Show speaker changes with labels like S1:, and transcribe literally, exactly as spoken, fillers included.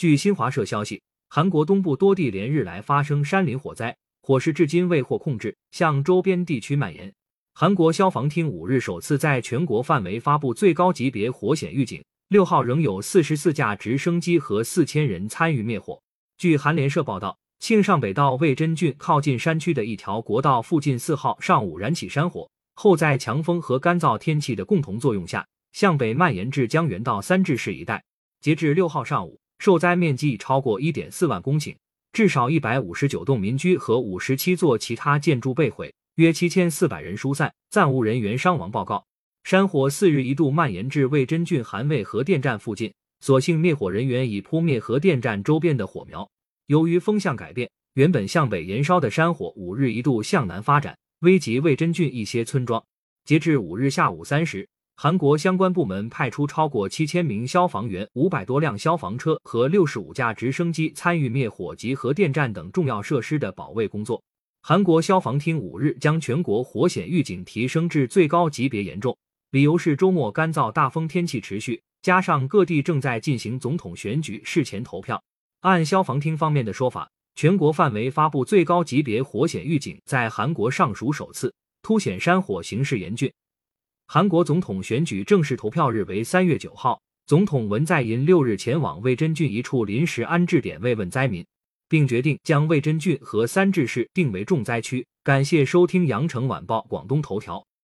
S1: 据新华社消息，韩国东部多地连日来发生山林火灾，火势至今未获控制，向周边地区蔓延。韩国消防厅五日首次在全国范围发布最高级别火险预警，六号仍有四十四架直升机和四千人参与灭火。据韩联社报道，庆尚北道魏真郡靠近山区的一条国道附近四号上午燃起山火，后在强风和干燥天气的共同作用下，向北蔓延至江原道三治市一带。截至六号上午，受灾面积已超过 一点四万公顷，至少一百五十九栋民居和五十七座其他建筑被毁，约七千四百人疏散，暂无人员伤亡报告。山火四日一度蔓延至魏真郡韩魏核电站附近，所幸灭火人员已扑灭核电站周边的火苗。由于风向改变，原本向北延烧的山火五日一度向南发展，危及魏真郡一些村庄。截至五日下午三时，韩国相关部门派出超过七千名消防员、五百多辆消防车和六十五架直升机参与灭火及核电站等重要设施的保卫工作。韩国消防厅五日将全国火险预警提升至最高级别严重，理由是周末干燥大风天气持续，加上各地正在进行总统选举事前投票。按消防厅方面的说法，全国范围发布最高级别火险预警在韩国尚属首次，凸显山火形势严峻。韩国总统选举正式投票日为三月九号，总统文在寅六日前往魏真郡一处临时安置点慰问灾民，并决定将魏真郡和三治市定为重灾区。感谢收听羊城晚报广东头条。